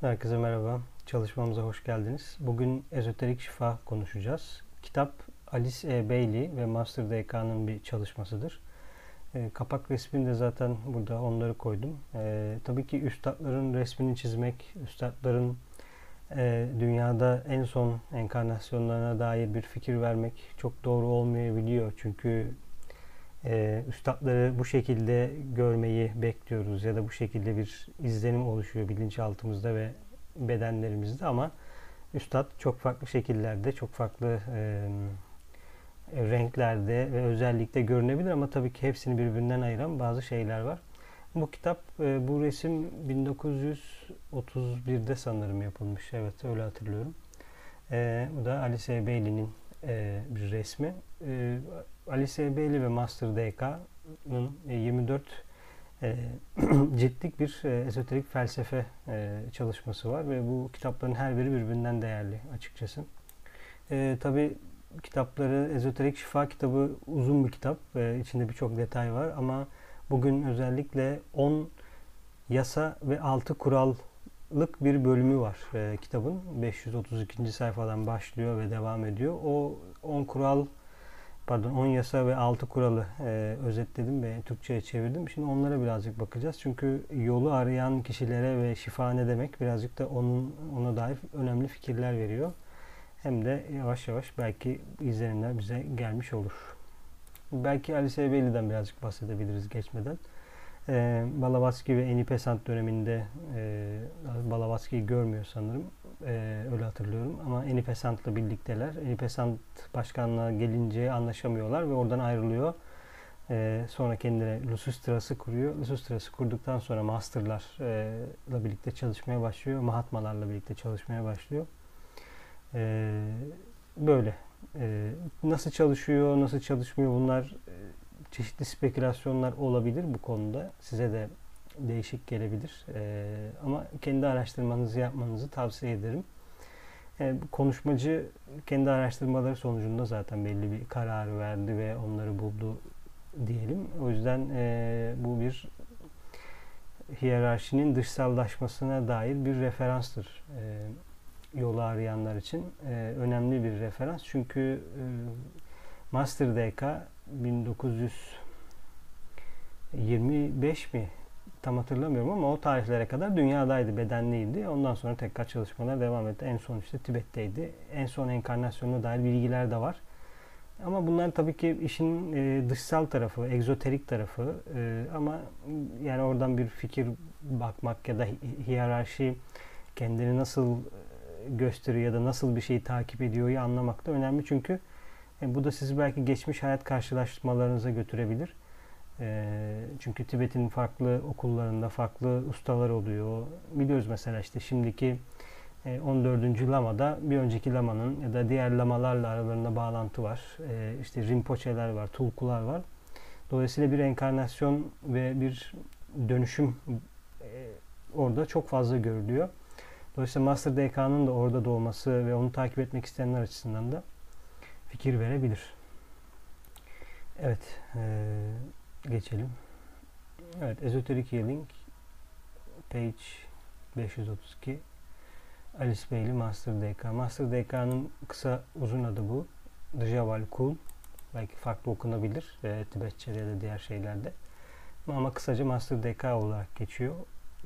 Herkese merhaba. Çalışmamıza hoş geldiniz. Bugün ezoterik şifa konuşacağız. Kitap Alice E. Bailey ve Master DK'nın bir çalışmasıdır. Kapak resmini de zaten burada onları koydum. Tabii ki üstadların resmini çizmek, üstadların dünyada en son enkarnasyonlarına dair bir fikir vermek çok doğru olmayabiliyor. Çünkü üstadları bu şekilde görmeyi bekliyoruz ya da bu şekilde bir izlenim oluşuyor bilinçaltımızda ve bedenlerimizde, ama üstad çok farklı şekillerde, çok farklı renklerde ve özellikle görünebilir, ama tabii ki hepsini birbirinden ayıran bazı şeyler var. Bu kitap, bu resim 1931'de sanırım yapılmış. Evet, öyle hatırlıyorum. Bu da Alice E. Bailey'nin bir resmi. Alice E. Bailey ve Master DK'nın 24 ciltlik bir ezoterik felsefe çalışması var ve bu kitapların her biri birbirinden değerli açıkçası. Tabii kitapları, ezoterik şifa kitabı uzun bir kitap. İçinde birçok detay var, ama bugün özellikle 10 yasa ve 6 kurallık bir bölümü var kitabın. 532. sayfadan başlıyor ve devam ediyor. O 10 yasa ve 6 kuralı özetledim ve Türkçe'ye çevirdim. Şimdi onlara birazcık bakacağız. Çünkü yolu arayan kişilere ve şifa ne demek, birazcık da ona dair önemli fikirler veriyor. Hem de yavaş yavaş belki izlenimler bize gelmiş olur. Belki Alice Bailey'den birazcık bahsedebiliriz geçmeden. Blavatsky ve Annie Besant döneminde Blavatsky'yi görmüyor sanırım. Öyle hatırlıyorum. Ama Annie Besant'la birlikteler. Annie Besant başkanlığa gelince anlaşamıyorlar ve oradan ayrılıyor. Sonra kendine Lusustras'ı kuruyor. Lusustras'ı kurduktan sonra Master'larla birlikte çalışmaya başlıyor. Mahatmalarla birlikte çalışmaya başlıyor. Böyle. Nasıl çalışıyor, nasıl çalışmıyor, bunlar çeşitli spekülasyonlar olabilir bu konuda. Size de değişik gelebilir. Ama kendi araştırmanızı yapmanızı tavsiye ederim. Konuşmacı kendi araştırmaları sonucunda zaten belli bir karar verdi ve onları buldu diyelim. O yüzden bu bir hiyerarşinin dışsallaşmasına dair bir referanstır. Yolu arayanlar için önemli bir referans. Çünkü Master DK 1925 mi, tam hatırlamıyorum, ama o tarihlere kadar dünyadaydı, bedenliydi. Ondan sonra tekrar çalışmalar devam etti. En son işte Tibet'teydi. En son enkarnasyonuna dair bilgiler de var. Ama bunlar tabii ki işin dışsal tarafı, egzoterik tarafı. Ama yani oradan bir fikir bakmak ya da hiyerarşi kendini nasıl gösteriyor ya da nasıl bir şeyi takip ediyor'yu anlamak da önemli. Çünkü bu da sizi belki geçmiş hayat karşılaştırmalarınıza götürebilir. Çünkü Tibet'in farklı okullarında farklı ustalar oluyor. Biliyoruz mesela işte şimdiki 14. lamada bir önceki lamanın ya da diğer lamalarla aralarında bağlantı var. İşte Rinpoche'ler var, tulkular var. Dolayısıyla bir enkarnasyon ve bir dönüşüm orada çok fazla görülüyor. Dolayısıyla Master DK'nın da orada doğması ve onu takip etmek isteyenler açısından da fikir verebilir. Evet, geçelim. Evet, Esoteric Healing, page 532, Alice Bailey, Master DK. Master DK'nın kısa uzun adı bu. Djwhal Khul. Belki farklı okunabilir Tibetçe'de ya da diğer şeylerde. Ama kısaca Master DK olarak geçiyor.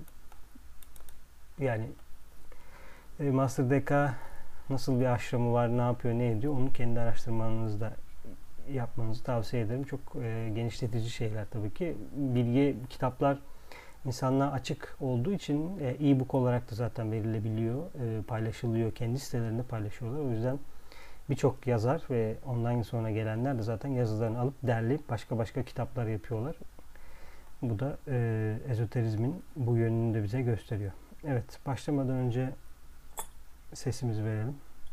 Yani Master DK nasıl bir aşramı var, ne yapıyor, ne ediyor, onu kendi araştırmanızda yapmanızı tavsiye ederim. Çok genişletici şeyler tabii ki. Bilgi, kitaplar insanlığa açık olduğu için e-book olarak da zaten verilebiliyor, paylaşılıyor. Kendi sitelerinde paylaşıyorlar. O yüzden birçok yazar ve ondan sonra gelenler de zaten yazılarını alıp derleyip başka kitaplar yapıyorlar. Bu da ezoterizmin bu yönünü de bize gösteriyor. Evet, başlamadan önce sesimizi verelim.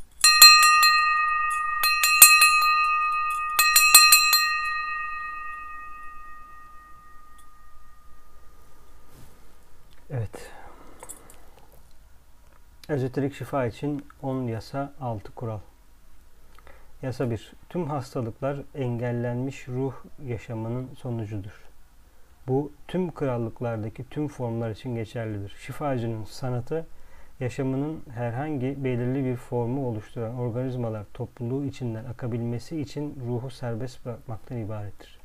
Evet. Ezoterik şifa için 10 yasa, 6 kural. Yasa 1. Tüm hastalıklar engellenmiş ruh yaşamının sonucudur. Bu tüm krallıklardaki tüm formlar için geçerlidir. Şifacının sanatı yaşamının herhangi belirli bir formu oluşturan organizmalar topluluğu içinden akabilmesi için ruhu serbest bırakmaktan ibarettir.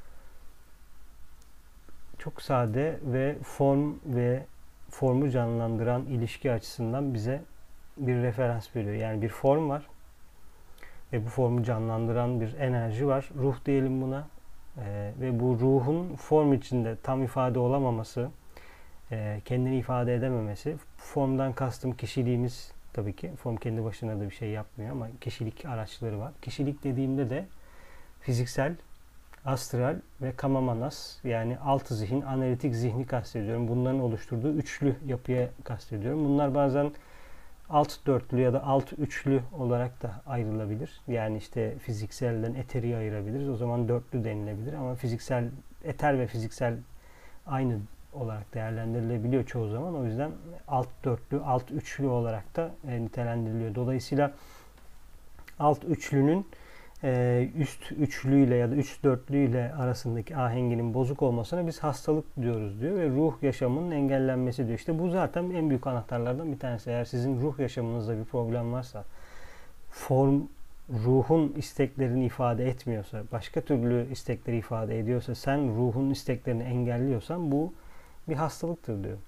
Çok sade ve formu canlandıran ilişki açısından bize bir referans veriyor. Yani bir form var ve bu formu canlandıran bir enerji var. Ruh diyelim buna. Ve bu ruhun form içinde tam ifade olamaması, kendini ifade edememesi, formdan kastım kişiliğimiz tabii ki. Form kendi başına da bir şey yapmıyor ama kişilik araçları var. Kişilik dediğimde de fiziksel, astral ve kamamanas, yani alt zihin, analitik zihni kastediyorum. Bunların oluşturduğu üçlü yapıya kastediyorum. Bunlar bazen alt dörtlü ya da alt üçlü olarak da ayrılabilir. Yani işte fizikselden eteriyi ayırabiliriz. O zaman dörtlü denilebilir ama fiziksel, eter ve fiziksel aynı olarak değerlendirilebiliyor çoğu zaman. O yüzden alt dörtlü, alt üçlü olarak da nitelendiriliyor. Dolayısıyla alt üçlünün üst üçlüyle ya da üst dörtlüyle arasındaki ahenginin bozuk olmasına biz hastalık diyoruz diyor ve ruh yaşamının engellenmesi diyor. İşte bu zaten en büyük anahtarlardan bir tanesi. Eğer sizin ruh yaşamınızda bir problem varsa, form ruhun isteklerini ifade etmiyorsa, başka türlü istekleri ifade ediyorsa, sen ruhun isteklerini engelliyorsan bu bir hastalıktır diyor.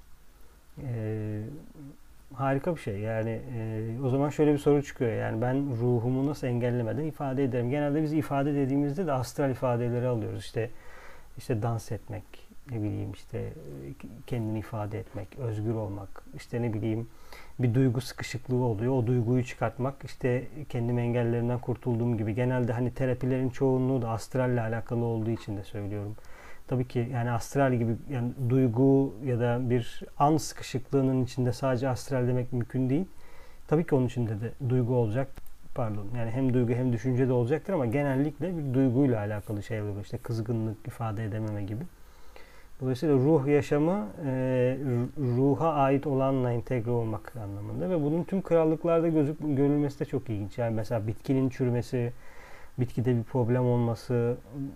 Harika bir şey. Yani o zaman şöyle bir soru çıkıyor. Yani ben ruhumu nasıl engellemeden ifade ederim? Genelde biz ifade dediğimizde de astral ifadeleri alıyoruz. İşte dans etmek, ne bileyim işte kendini ifade etmek, özgür olmak, işte ne bileyim bir duygu sıkışıklığı oluyor. O duyguyu çıkartmak, işte kendim engellerimden kurtulduğum gibi. Genelde hani terapilerin çoğunluğu da astralle alakalı olduğu için de söylüyorum. Tabii ki yani astral gibi, yani duygu ya da bir an sıkışıklığının içinde sadece astral demek mümkün değil. Tabii ki onun içinde de duygu olacak. Pardon. Yani hem duygu hem düşünce de olacaktır ama genellikle bir duyguyla alakalı şeyler oluyor. İşte kızgınlık, ifade edememe gibi. Dolayısıyla ruh yaşamı ruha ait olanla entegre olmak anlamında ve bunun tüm krallıklarda görülmesi de çok ilginç. Yani mesela bitkinin çürümesi, bitkide bir problem olması,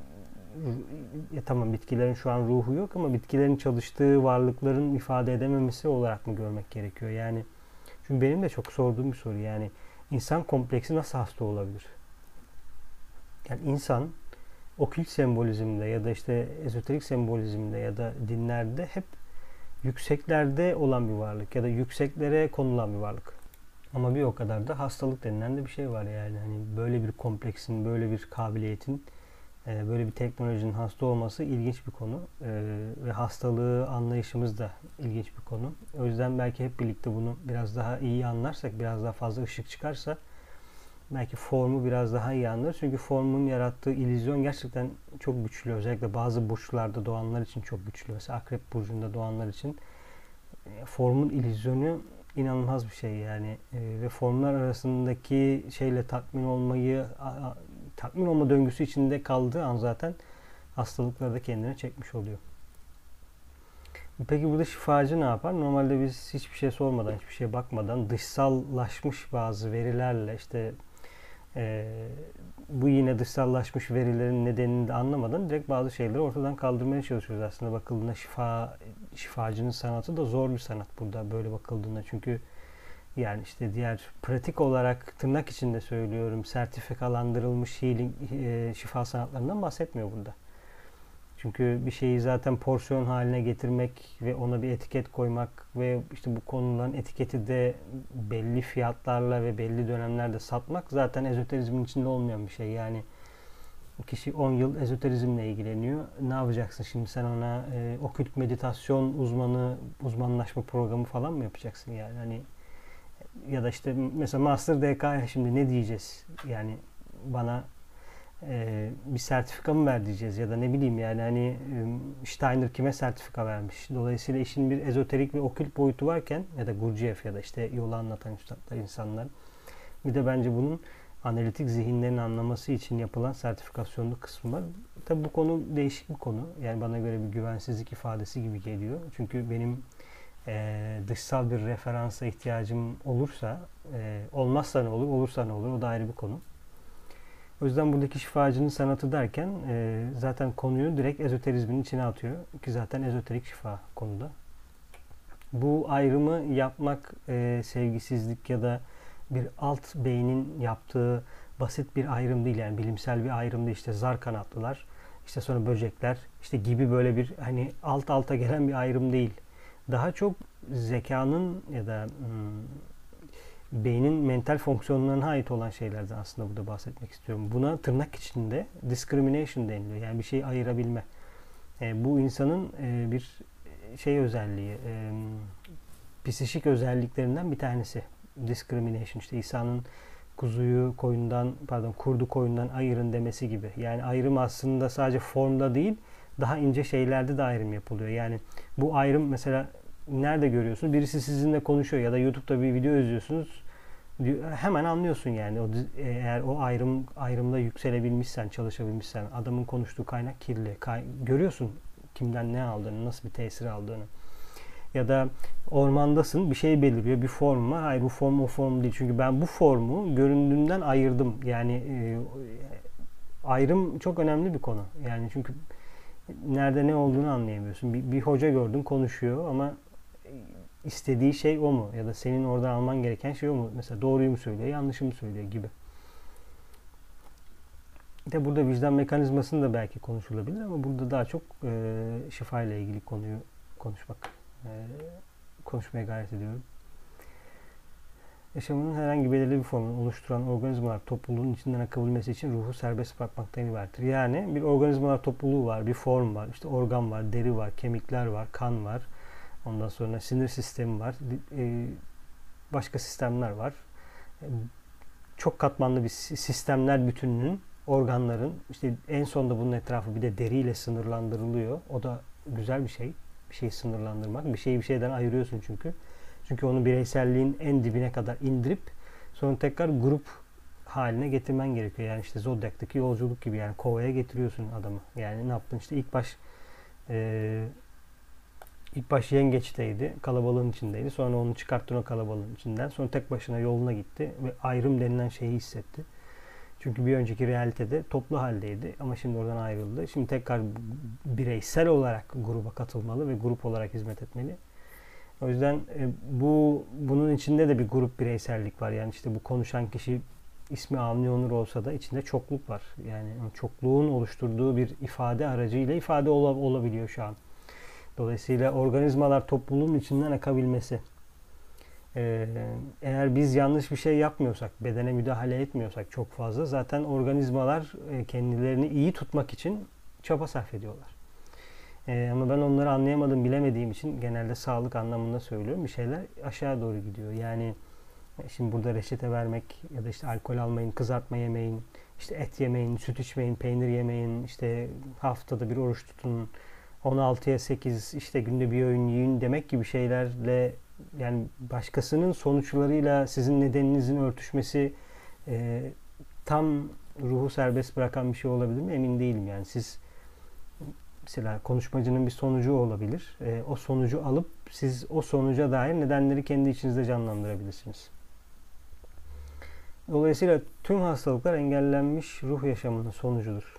tamam bitkilerin şu an ruhu yok ama bitkilerin çalıştığı varlıkların ifade edememesi olarak mı görmek gerekiyor? Yani çünkü benim de çok sorduğum bir soru, yani insan kompleksi nasıl hasta olabilir? Yani insan okült sembolizmde ya da işte ezoterik sembolizmde ya da dinlerde hep yükseklerde olan bir varlık ya da yükseklere konulan bir varlık. Ama bir o kadar da hastalık denilen de bir şey var yani. Hani böyle bir kompleksin, böyle bir kabiliyetin, böyle bir teknolojinin hasta olması ilginç bir konu. Ve hastalığı anlayışımız da ilginç bir konu. O yüzden belki hep birlikte bunu biraz daha iyi anlarsak, biraz daha fazla ışık çıkarsa belki formu biraz daha iyi anlarız. Çünkü formun yarattığı illüzyon gerçekten çok güçlü. Özellikle bazı burçlarda doğanlar için çok güçlü. Mesela Akrep burcunda doğanlar için formun illüzyonu inanılmaz bir şey yani. Ve formlar arasındaki şeyle tatmin olma döngüsü içinde kaldığı an zaten hastalıkları da kendine çekmiş oluyor. Peki burada şifacı ne yapar? Normalde biz hiçbir şey sormadan, hiçbir şeye bakmadan dışsallaşmış bazı verilerle işte bu yine dışsallaşmış verilerin nedenini de anlamadan direkt bazı şeyleri ortadan kaldırmaya çalışıyoruz. Aslında bakıldığında şifacının sanatı da zor bir sanat burada böyle bakıldığında. Çünkü yani işte diğer pratik olarak tırnak içinde söylüyorum sertifikalandırılmış healing, şifa sanatlarından bahsetmiyor burada. Çünkü bir şeyi zaten porsiyon haline getirmek ve ona bir etiket koymak ve işte bu konuların etiketi de belli fiyatlarla ve belli dönemlerde satmak zaten ezoterizmin içinde olmayan bir şey. Yani kişi 10 yıl ezoterizmle ilgileniyor. Ne yapacaksın şimdi sen ona okült meditasyon uzmanlaşma programı falan mı yapacaksın yani? Hani ya da işte mesela Master DK'ya şimdi ne diyeceğiz? Yani bana bir sertifika mı ver diyeceğiz ya da ne bileyim yani hani Steiner kime sertifika vermiş? Dolayısıyla işin bir ezoterik ve okült boyutu varken ya da Gurdjieff ya da işte yolu anlatan üstadlar insanlar, bir de bence bunun analitik zihinlerin anlaması için yapılan sertifikasyonlu kısmı var. Tabi bu konu değişik bir konu. Yani bana göre bir güvensizlik ifadesi gibi geliyor. Çünkü benim dışsal bir referansa ihtiyacım olursa, olmazsa ne olur, olursa ne olur, o da ayrı bir konu. O yüzden buradaki şifacının sanatı derken zaten konuyu direkt ezoterizmin içine atıyor. Ki zaten ezoterik şifa konuda. Bu ayrımı yapmak sevgisizlik ya da bir alt beynin yaptığı basit bir ayrım değil, yani bilimsel bir ayrım değil. İşte zar kanatlılar, işte sonra böcekler, işte gibi böyle bir hani alt alta gelen bir ayrım değil. Daha çok zekanın ya da beynin mental fonksiyonlarına ait olan şeylerden aslında burada bahsetmek istiyorum. Buna tırnak içinde discrimination deniliyor. Yani bir şeyi ayırabilme. Bu insanın bir şey özelliği, psişik özelliklerinden bir tanesi. Discrimination, işte İsa'nın kurdu koyundan ayırın demesi gibi. Yani ayrım aslında sadece formda değil, daha ince şeylerde de ayrım yapılıyor. Yani bu ayrım mesela nerede görüyorsunuz? Birisi sizinle konuşuyor ya da YouTube'da bir video izliyorsunuz. Hemen anlıyorsun yani. Eğer o ayrımda yükselebilmişsen, çalışabilmişsen, adamın konuştuğu kaynak kirli. Görüyorsun kimden ne aldığını, nasıl bir tesir aldığını. Ya da ormandasın, bir şey beliriyor, bir form var. Hayır, bu form o form değil. Çünkü ben bu formu göründüğünden ayırdım. Yani ayrım çok önemli bir konu. Yani çünkü nerede ne olduğunu anlayamıyorsun. Bir hoca gördün konuşuyor ama istediği şey o mu? Ya da senin oradan alman gereken şey o mu? Mesela doğruyu mu söylüyor, yanlışı mı söylüyor gibi. De burada vicdan mekanizmasını da belki konuşulabilir ama burada daha çok şifa ile ilgili konuyu konuşmaya gayret ediyorum. Yaşamının herhangi belirli bir formunu oluşturan organizmalar topluluğun içinden akabilmesi için ruhu serbest bırakmaktan ibarettir. Yani bir organizmalar topluluğu var, bir form var, işte organ var, deri var, kemikler var, kan var. Ondan sonra sinir sistemi var, başka sistemler var. Çok katmanlı bir sistemler bütününün, organların, işte en sonunda bunun etrafı bir de deriyle sınırlandırılıyor. O da güzel bir şey. Bir şeyi sınırlandırmak. Bir şeyi bir şeyden ayırıyorsun çünkü. Çünkü onu bireyselliğin en dibine kadar indirip sonra tekrar grup haline getirmen gerekiyor. Yani işte Zodiac'taki yolculuk gibi, yani kovaya getiriyorsun adamı. Yani ne yaptın işte ilk baş yengeçteydi, kalabalığın içindeydi. Sonra onu çıkarttın o kalabalığın içinden. Sonra tek başına yoluna gitti ve ayrım denilen şeyi hissetti. Çünkü bir önceki realitede toplu haldeydi ama şimdi oradan ayrıldı. Şimdi tekrar bireysel olarak gruba katılmalı ve grup olarak hizmet etmeli. O yüzden bunun içinde de bir grup bireysellik var. Yani işte bu konuşan kişi ismi Avni Onur olsa da içinde çokluk var. Yani çokluğun oluşturduğu bir ifade aracıyla ifade olabiliyor şu an. Dolayısıyla organizmalar topluluğun içinden akabilmesi. Eğer biz yanlış bir şey yapmıyorsak, bedene müdahale etmiyorsak çok fazla, zaten organizmalar kendilerini iyi tutmak için çaba sarf ediyorlar. Ama ben onları anlayamadım, bilemediğim için genelde sağlık anlamında söylüyorum. Bir şeyler aşağı doğru gidiyor. Yani şimdi burada reçete vermek ya da işte alkol almayın, kızartma yemeyin, işte et yemeyin, süt içmeyin, peynir yemeyin, işte haftada bir oruç tutun, 16'ya 8 işte günde bir öğün yiyin demek gibi şeylerle, yani başkasının sonuçlarıyla sizin nedeninizin örtüşmesi tam ruhu serbest bırakan bir şey olabilir mi? Emin değilim. Yani siz mesela konuşmacının bir sonucu olabilir. O sonucu alıp siz o sonuca dair nedenleri kendi içinizde canlandırabilirsiniz. Dolayısıyla tüm hastalıklar engellenmiş ruh yaşamının sonucudur.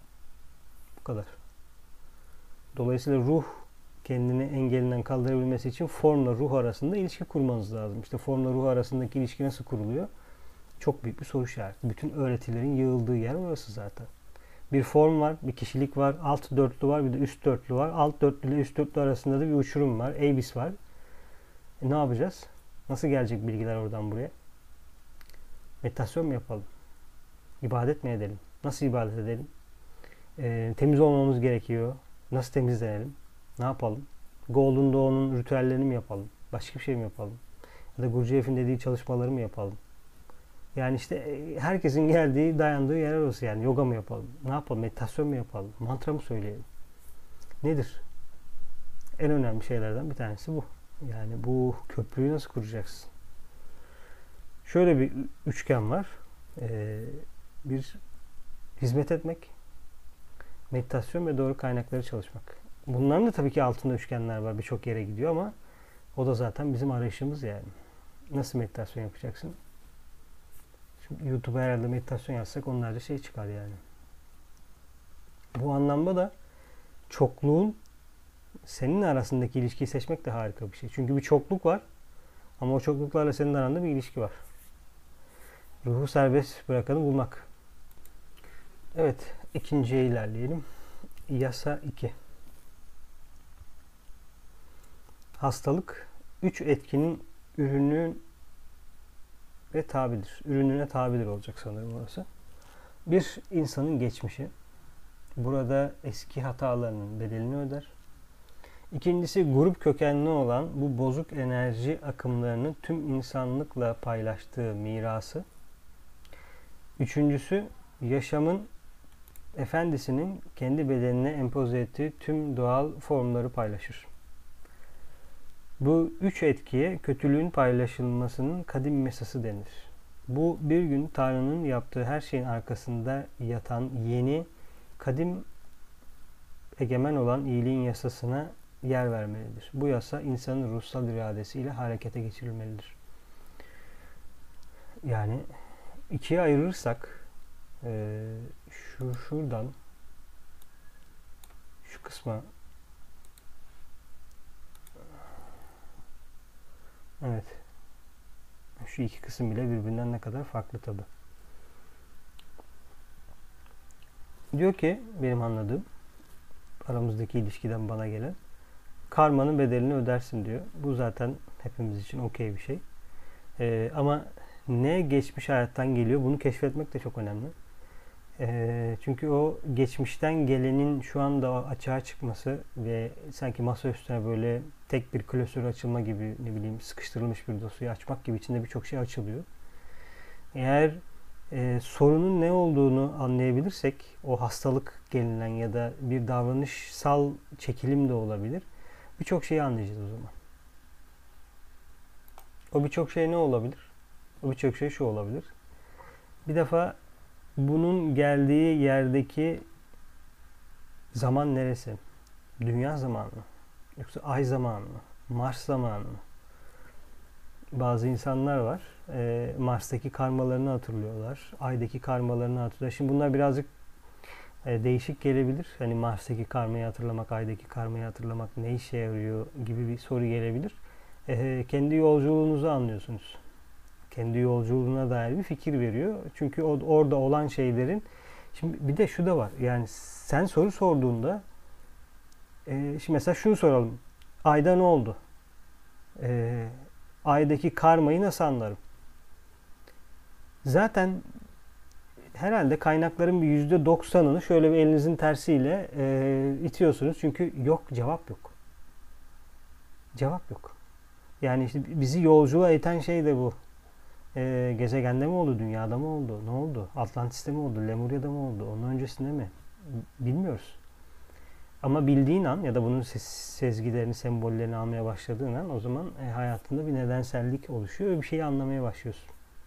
Bu kadar. Dolayısıyla ruh kendini engelinden kaldırabilmesi için formla ruh arasında ilişki kurmanız lazım. İşte formla ruh arasındaki ilişki nasıl kuruluyor? Çok büyük bir soru işareti. Bütün öğretilerin yığıldığı yer orası zaten. Bir form var, bir kişilik var, alt dörtlü var, bir de üst dörtlü var. Alt dörtlü ile üst dörtlü arasında da bir uçurum var, abyss var. Ne yapacağız? Nasıl gelecek bilgiler oradan buraya? Meditasyon mu yapalım? İbadet mi edelim? Nasıl ibadet edelim? Temiz olmamız gerekiyor. Nasıl temizlenelim? Ne yapalım? Golden Dawn'un ritüellerini mi yapalım? Başka bir şey mi yapalım? Ya da Gurdjieff'in dediği çalışmaları mı yapalım? Yani işte herkesin geldiği, dayandığı yer orası yani. Yoga mı yapalım? Ne yapalım? Meditasyon mu yapalım? Mantra mı söyleyelim? Nedir? En önemli şeylerden bir tanesi bu. Yani bu köprüyü nasıl kuracaksın? Şöyle bir üçgen var. Bir hizmet etmek, meditasyon ve doğru kaynakları çalışmak. Bunların da tabii ki altında üçgenler var. Birçok yere gidiyor ama o da zaten bizim arayışımız yani. Nasıl meditasyon yapacaksın? Şimdi YouTube'a herhalde meditasyon yazsak onlarca şey çıkar yani. Bu anlamda da çokluğun senin arasındaki ilişkiyi seçmek de harika bir şey. Çünkü bir çokluk var ama o çokluklarla senin aranda bir ilişki var. Ruhu serbest bırakanı bulmak. Evet, ikinciye ilerleyelim. Yasa 2. Hastalık 3 etkinin ürünün ve tabidir. Ürününe tabidir olacak sanırım orası. Bir, insanın geçmişi. Burada eski hatalarının bedelini öder. İkincisi, grup kökenli olan bu bozuk enerji akımlarını tüm insanlıkla paylaştığı mirası. Üçüncüsü, yaşamın efendisinin kendi bedenine empoze ettiği tüm doğal formları paylaşır. Bu üç etkiye kötülüğün paylaşılmasının kadim mesası denir. Bu bir gün Tanrı'nın yaptığı her şeyin arkasında yatan yeni, kadim egemen olan iyiliğin yasasına yer vermelidir. Bu yasa insanın ruhsal iradesiyle harekete geçirilmelidir. Yani ikiye ayırırsak şuradan şu kısma, evet, şu iki kısım bile birbirinden ne kadar farklı tabi. Diyor ki, benim anladığım, aramızdaki ilişkiden bana gelen, karmanın bedelini ödersin diyor. Bu zaten hepimiz için okey bir şey. Ama ne geçmiş hayattan geliyor, bunu keşfetmek de çok önemli. Çünkü o geçmişten gelenin şu anda açığa çıkması ve sanki masa üstüne böyle tek bir klasör açılma gibi, ne bileyim, sıkıştırılmış bir dosyayı açmak gibi içinde birçok şey açılıyor. Eğer sorunun ne olduğunu anlayabilirsek, o hastalık gelinen ya da bir davranışsal çekilim de olabilir. Birçok şeyi anlayacağız o zaman. O birçok şey ne olabilir? O birçok şey şu olabilir. Bir defa bunun geldiği yerdeki zaman neresi? Dünya zamanı mı? Yoksa ay zamanı mı? Mars zamanı mı? Bazı insanlar var. Mars'taki karmalarını hatırlıyorlar. Ay'daki karmalarını hatırlıyorlar. Şimdi bunlar birazcık değişik gelebilir. Hani Mars'taki karmayı hatırlamak, Ay'daki karmayı hatırlamak ne işe yarıyor gibi bir soru gelebilir. Kendi yolculuğunuzu anlıyorsunuz. Kendi yolculuğuna dair bir fikir veriyor. Çünkü orada olan şeylerin, şimdi bir de şu da var. Yani sen soru sorduğunda şimdi mesela şunu soralım. Ayda ne oldu? Aydaki karmayı nasıl anlarım? Zaten herhalde kaynakların bir %90'ını şöyle bir elinizin tersiyle itiyorsunuz. Çünkü yok, cevap yok. Cevap yok. Yani işte bizi yolculuğa iten şey de bu. Gezegende mi oldu, dünyada mı oldu, ne oldu? Atlantis'te mi oldu, Lemurya'da mı oldu, onun öncesinde mi? Bilmiyoruz. Ama bildiğin an ya da bunun sezgilerini, sembollerini almaya başladığın an, o zaman hayatında bir nedensellik oluşuyor ve bir şeyi anlamaya başlıyorsun.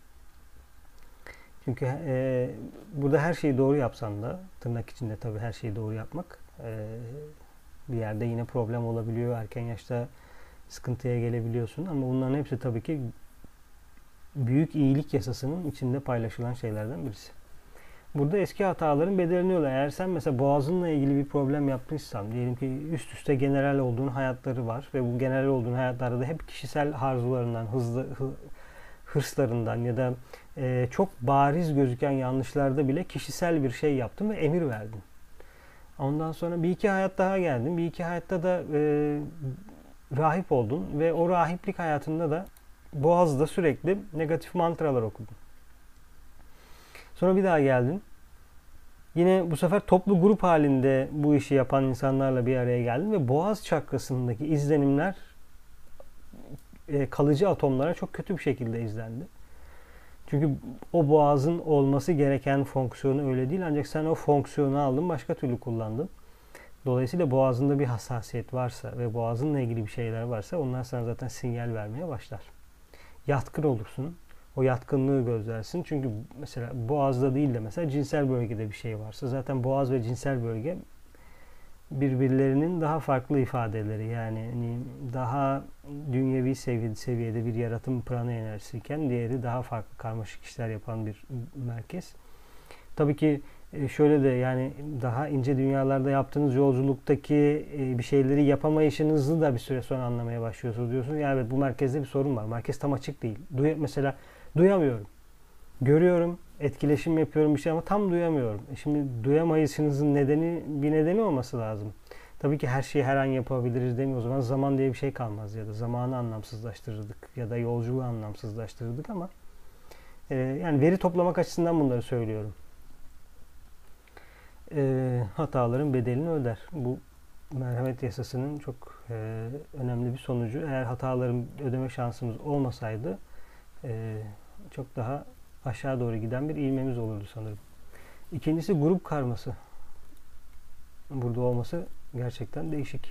Çünkü burada her şeyi doğru yapsan da, tırnak içinde tabii her şeyi doğru yapmak, bir yerde yine problem olabiliyor. Erken yaşta sıkıntıya gelebiliyorsun. Ama bunların hepsi tabii ki büyük iyilik yasasının içinde paylaşılan şeylerden birisi. Burada eski hataların bedelini öder. Eğer sen mesela boğazınla ilgili bir problem yapmışsan, diyelim ki üst üste general olduğun hayatları var ve bu general olduğun hayatlarda da hep kişisel arzularından, hırslarından ya da çok bariz gözüken yanlışlarda bile kişisel bir şey yaptın ve emir verdin. Ondan sonra bir iki hayat daha geldin. Bir iki hayatta da rahip oldun ve o rahiplik hayatında da boğazda sürekli negatif mantralar okudun. Sonra bir daha geldin. Yine bu sefer toplu grup halinde bu işi yapan insanlarla bir araya geldin ve boğaz çakrasındaki izlenimler kalıcı atomlara çok kötü bir şekilde izlendi. Çünkü o boğazın olması gereken fonksiyonu öyle değil, ancak sen o fonksiyonu aldın, başka türlü kullandın. Dolayısıyla boğazında bir hassasiyet varsa ve boğazınla ilgili bir şeyler varsa onlar sana zaten sinyal vermeye başlar. Yatkın olursun. O yatkınlığı gözlersin. Çünkü mesela boğazda değil de mesela cinsel bölgede bir şey varsa, zaten boğaz ve cinsel bölge birbirlerinin daha farklı ifadeleri. Yani daha dünyevi seviyede bir yaratım prana enerjisiyken diğeri daha farklı karmaşık işler yapan bir merkez. Tabii ki Şöyle de yani daha ince dünyalarda yaptığınız yolculuktaki bir şeyleri yapamayışınızı da bir süre sonra anlamaya başlıyorsunuz. Diyorsunuz yani evet, bu merkezde bir sorun var. Merkez tam açık değil. Mesela duyamıyorum. Görüyorum, etkileşim yapıyorum bir şey ama tam duyamıyorum. Şimdi duyamayışınızın bir nedeni olması lazım. Tabii ki her şeyi her an yapabiliriz demiyor. O zaman zaman diye bir şey kalmaz ya da zamanı anlamsızlaştırırdık ya da yolculuğu anlamsızlaştırırdık ama yani veri toplamak açısından bunları söylüyorum. Hataların bedelini öder. Bu merhamet yasasının çok önemli bir sonucu. Eğer hataların ödeme şansımız olmasaydı çok daha aşağı doğru giden bir ivmemiz olurdu sanırım. İkincisi grup karması. Burada olması gerçekten değişik.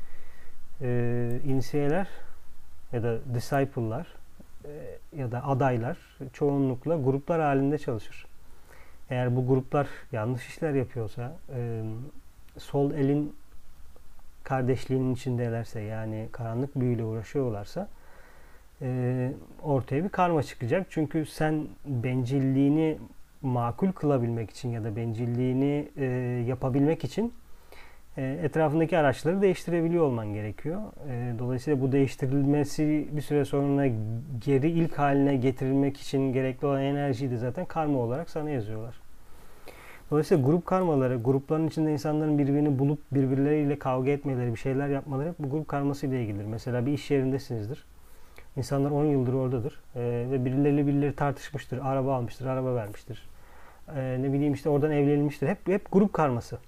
İnisiyeler ya da disciple'lar ya da adaylar çoğunlukla gruplar halinde çalışır. Eğer bu gruplar yanlış işler yapıyorsa, sol elin kardeşliğinin içindelerse, yani karanlık büyüyle uğraşıyorlarsa ortaya bir karma çıkacak. Çünkü sen bencilliğini makul kılabilmek için ya da bencilliğini yapabilmek için etrafındaki araçları değiştirebiliyor olman gerekiyor. Dolayısıyla bu değiştirilmesi bir süre sonra geri ilk haline getirilmek için gerekli olan enerjiyi de zaten karma olarak sana yazıyorlar. Dolayısıyla grup karmaları, grupların içinde insanların birbirini bulup birbirleriyle kavga etmeleri, bir şeyler yapmaları hep bu grup karması ile ilgilidir. Mesela bir iş yerindesinizdir. İnsanlar 10 yıldır oradadır ve birileri tartışmıştır, araba almıştır, araba vermiştir. Ne bileyim işte oradan evlenilmiştir. Hep grup karması.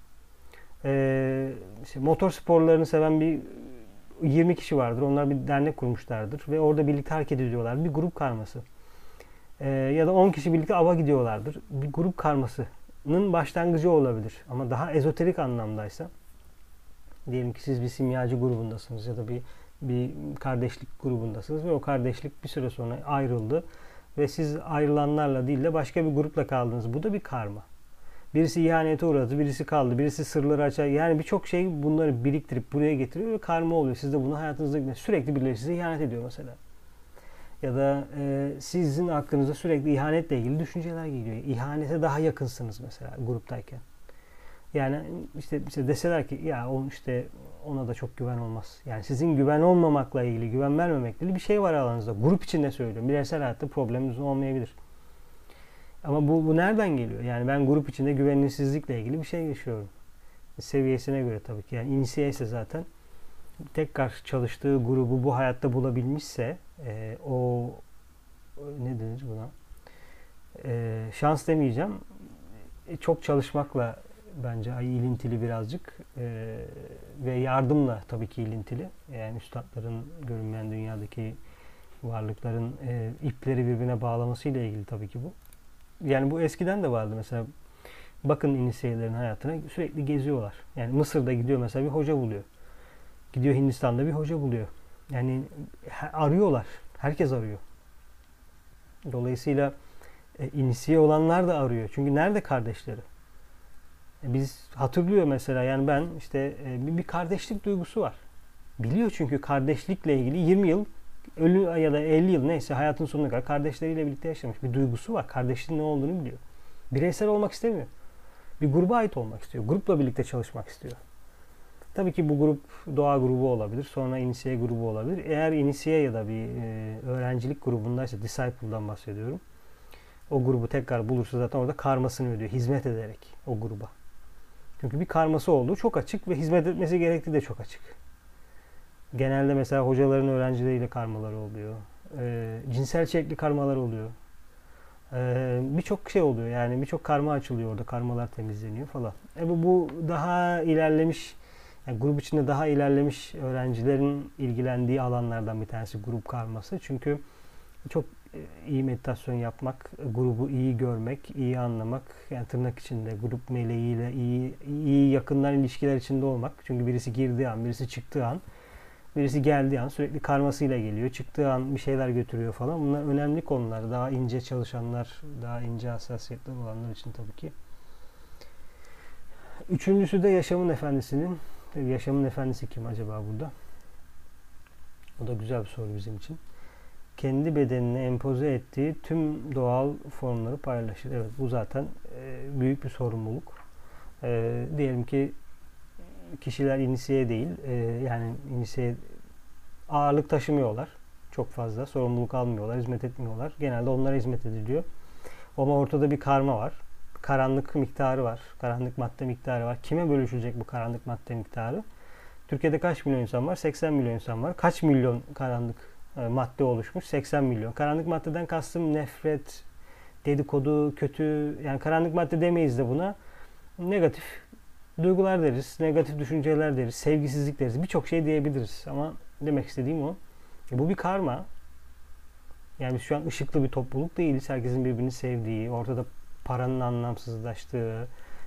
İşte motor sporlarını seven bir 20 kişi vardır. Onlar bir dernek kurmuşlardır ve orada birlikte hareket ediyorlar. Bir grup karması. Ya da 10 kişi birlikte ava gidiyorlardır. Bir grup karmasının başlangıcı olabilir. Ama daha ezoterik anlamdaysa, diyelim ki siz bir simyacı grubundasınız ya da bir kardeşlik grubundasınız ve o kardeşlik bir süre sonra ayrıldı ve siz ayrılanlarla değil de başka bir grupla kaldınız. Bu da bir karma. Birisi ihanete uğradı, birisi kaldı, birisi sırları açar. Yani birçok şey bunları biriktirip buraya getiriyor ve karma oluyor. Siz de bunu hayatınızda sürekli birileri size ihanet ediyor mesela. Ya da sizin aklınıza sürekli ihanetle ilgili düşünceler geliyor. İhanete daha yakınsınız mesela gruptayken. Yani işte deseler ki ya ona da çok güven olmaz. Yani sizin güven olmamakla ilgili, güven vermemekle ilgili bir şey var aranızda. Grup içinde söylüyorum. Bireysel hayatta probleminiz olmayabilir. Ama bu nereden geliyor? Yani ben grup içinde güvenilsizlikle ilgili bir şey yaşıyorum. Seviyesine göre tabii ki. Yani inisiye ise zaten tekrar çalıştığı grubu bu hayatta bulabilmişse o ne denir buna? Şans demeyeceğim. Çok çalışmakla bence ilintili birazcık ve yardımla tabii ki ilintili. Yani üstadların görünmeyen dünyadaki varlıkların ipleri birbirine bağlamasıyla ilgili tabii ki bu. Yani bu eskiden de vardı mesela. Bakın inisiyelerin hayatına sürekli geziyorlar. Yani Mısır'da gidiyor mesela bir hoca buluyor. Gidiyor Hindistan'da bir hoca buluyor. Yani arıyorlar. Herkes arıyor. Dolayısıyla inisiye olanlar da arıyor. Çünkü nerede kardeşleri? Biz hatırlıyor mesela, yani ben işte bir kardeşlik duygusu var. Biliyor çünkü kardeşlikle ilgili 20 yıl ya da 50 yıl neyse hayatın sonuna kadar kardeşleriyle birlikte yaşamış. Bir duygusu var. Kardeşliğin ne olduğunu biliyor. Bireysel olmak istemiyor. Bir gruba ait olmak istiyor. Grupla birlikte çalışmak istiyor. Tabii ki bu grup doğa grubu olabilir. Sonra inisiye grubu olabilir. Eğer inisiye ya da bir öğrencilik grubundaysa, disciple'dan bahsediyorum. O grubu tekrar bulursa zaten orada karmasını ödüyor. Hizmet ederek o gruba. Çünkü bir karması olduğu çok açık ve hizmet etmesi gerektiği de çok açık. Genelde mesela hocaların öğrencileriyle karmaları oluyor. Cinsel içerikli karmalar oluyor. Birçok şey oluyor. Yani birçok karma açılıyor orada. Karmalar temizleniyor falan. Bu daha ilerlemiş, yani grup içinde daha ilerlemiş öğrencilerin ilgilendiği alanlardan bir tanesi grup karması. Çünkü çok iyi meditasyon yapmak, grubu iyi görmek, iyi anlamak, yani tırnak içinde grup meleğiyle iyi yakından ilişkiler içinde olmak. Çünkü birisi girdiği an, birisi çıktığı an, birisi geldiği an sürekli karmasıyla geliyor. Çıktığı an bir şeyler götürüyor falan. Bunlar önemli konular. Daha ince çalışanlar, daha ince hassasiyetler olanlar için tabii ki. Üçüncüsü de yaşamın efendisinin. Yaşamın efendisi kim acaba burada? O da güzel bir soru bizim için. kendi bedenine empoze ettiği tüm doğal formları paylaşır. Evet, bu zaten büyük bir sorumluluk. Diyelim ki kişiler inisiye değil, yani inisiye ağırlık taşımıyorlar. Çok fazla sorumluluk almıyorlar, hizmet etmiyorlar. Genelde onlara hizmet ediliyor. Ama ortada bir karma var. Karanlık miktarı var. Karanlık madde miktarı var. Kime bölüşecek bu karanlık madde miktarı? Türkiye'de kaç milyon insan var? 80 milyon insan var. Kaç milyon karanlık madde oluşmuş? 80 milyon. Karanlık maddeden kastım nefret, dedikodu, kötü, yani karanlık madde demeyiz de buna. Negatif duygular deriz, negatif düşünceler deriz, sevgisizlik deriz. Birçok şey diyebiliriz ama demek istediğim o. Bu bir karma. Yani biz şu an ışıklı bir topluluk değiliz. Herkesin birbirini sevdiği, ortada paranın anlamsızlaştığı,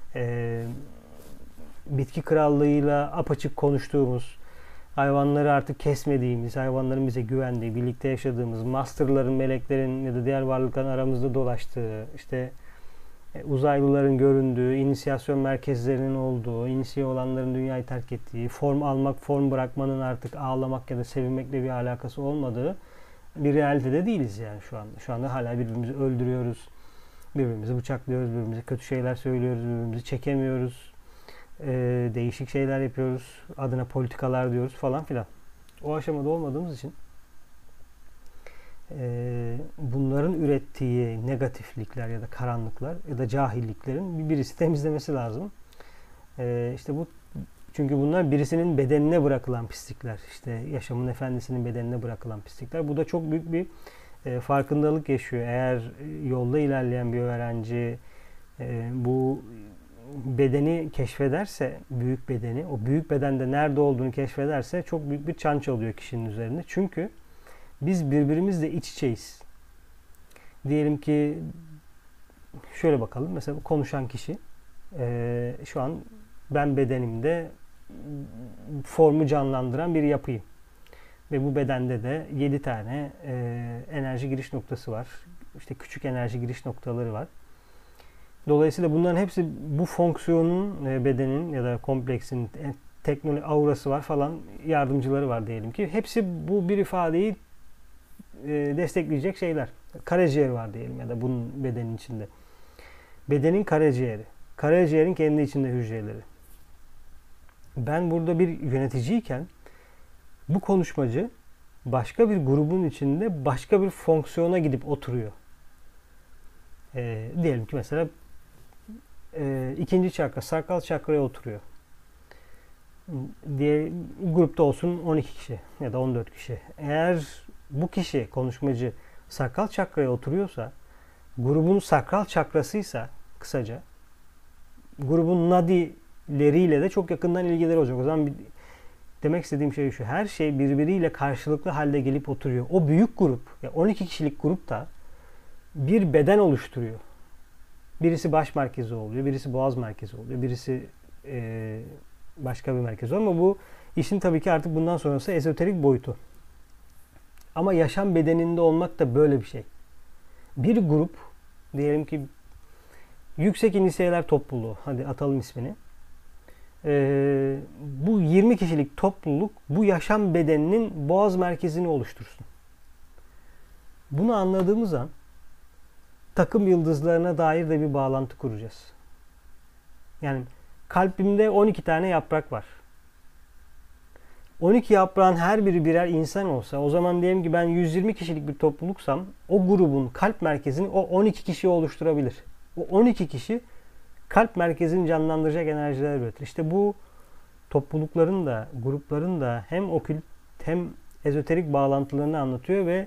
bitki krallığıyla apaçık konuştuğumuz, hayvanları artık kesmediğimiz, hayvanların bize güvendiği, birlikte yaşadığımız, masterların, meleklerin ya da diğer varlıkların aramızda dolaştığı, işte uzaylıların göründüğü, inisiyasyon merkezlerinin olduğu, inisiye olanların dünyayı terk ettiği, form almak, form bırakmanın artık ağlamak ya da sevinmekle bir alakası olmadığı bir realitede değiliz yani şu anda. Şu anda hala birbirimizi öldürüyoruz, birbirimizi bıçaklıyoruz, birbirimize kötü şeyler söylüyoruz, birbirimizi çekemiyoruz, değişik şeyler yapıyoruz, adına politikalar diyoruz falan filan. O aşamada olmadığımız için bunların ürettiği negatiflikler ya da karanlıklar ya da cahilliklerin birisi temizlemesi lazım. İşte bu, çünkü bunlar birisinin bedenine bırakılan pislikler. İşte yaşamın efendisinin bedenine bırakılan pislikler. Bu da çok büyük bir farkındalık yaşıyor. Eğer yolda ilerleyen bir öğrenci bu bedeni keşfederse, büyük bedeni, o büyük bedende nerede olduğunu keşfederse çok büyük bir çan çalıyor kişinin üzerinde. Çünkü biz birbirimizle iç içeyiz. Diyelim ki şöyle bakalım. Mesela konuşan kişi şu an ben bedenimde formu canlandıran bir yapıyım. Ve bu bedende de 7 tane enerji giriş noktası var. İşte küçük enerji giriş noktaları var. Dolayısıyla bunların hepsi bu fonksiyonun, bedenin ya da kompleksin teknoloji aurası var falan, yardımcıları var diyelim ki. Hepsi bu bir ifadeyi destekleyecek şeyler. Karaciğeri var diyelim ya da bunun bedenin içinde. Bedenin karaciğeri. Karaciğerin kendi içinde hücreleri. Ben burada bir yöneticiyken bu konuşmacı başka bir grubun içinde başka bir fonksiyona gidip oturuyor. Diyelim ki mesela ikinci çakra, sakral çakraya oturuyor. Diye grupta olsun 12 kişi ya da 14 kişi. Eğer bu kişi, konuşmacı, sakral çakraya oturuyorsa, grubun sakral çakrasıysa kısaca, grubun nadileriyle de çok yakından ilgileri olacak. O zaman demek istediğim şey şu: her şey birbiriyle karşılıklı halde gelip oturuyor. O büyük grup, 12 kişilik grupta bir beden oluşturuyor. Birisi baş merkezi oluyor, birisi boğaz merkezi oluyor, birisi başka bir merkez oluyor. Ama bu işin tabii ki artık bundan sonrası ezoterik boyutu. Ama yaşam bedeninde olmak da böyle bir şey. Bir grup, diyelim ki yüksek inisiyeler topluluğu, hadi atalım ismini. Bu 20 kişilik topluluk bu yaşam bedeninin boğaz merkezini oluştursun. Bunu anladığımız an takım yıldızlarına dair de bir bağlantı kuracağız. Yani kalbimde 12 tane yaprak var. 12 yaprağın her biri birer insan olsa, o zaman diyelim ki ben 120 kişilik bir topluluksam, o grubun kalp merkezini o 12 kişi oluşturabilir. O 12 kişi kalp merkezini canlandıracak enerjiler üretir. İşte bu toplulukların da, grupların da hem okült hem ezoterik bağlantılarını anlatıyor ve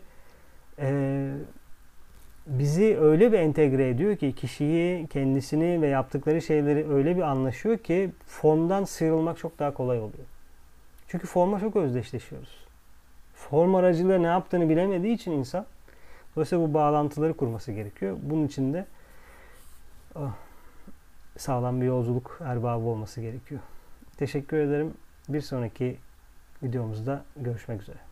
bizi öyle bir entegre ediyor ki, kişiyi, kendisini ve yaptıkları şeyleri öyle bir anlaşıyor ki formdan sıyrılmak çok daha kolay oluyor. Çünkü forma çok özdeşleşiyoruz. Form aracılığıyla ne yaptığını bilemediği için insan, dolayısıyla bu bağlantıları kurması gerekiyor. Bunun için de sağlam bir yolculuk erbabı olması gerekiyor. Teşekkür ederim. Bir sonraki videomuzda görüşmek üzere.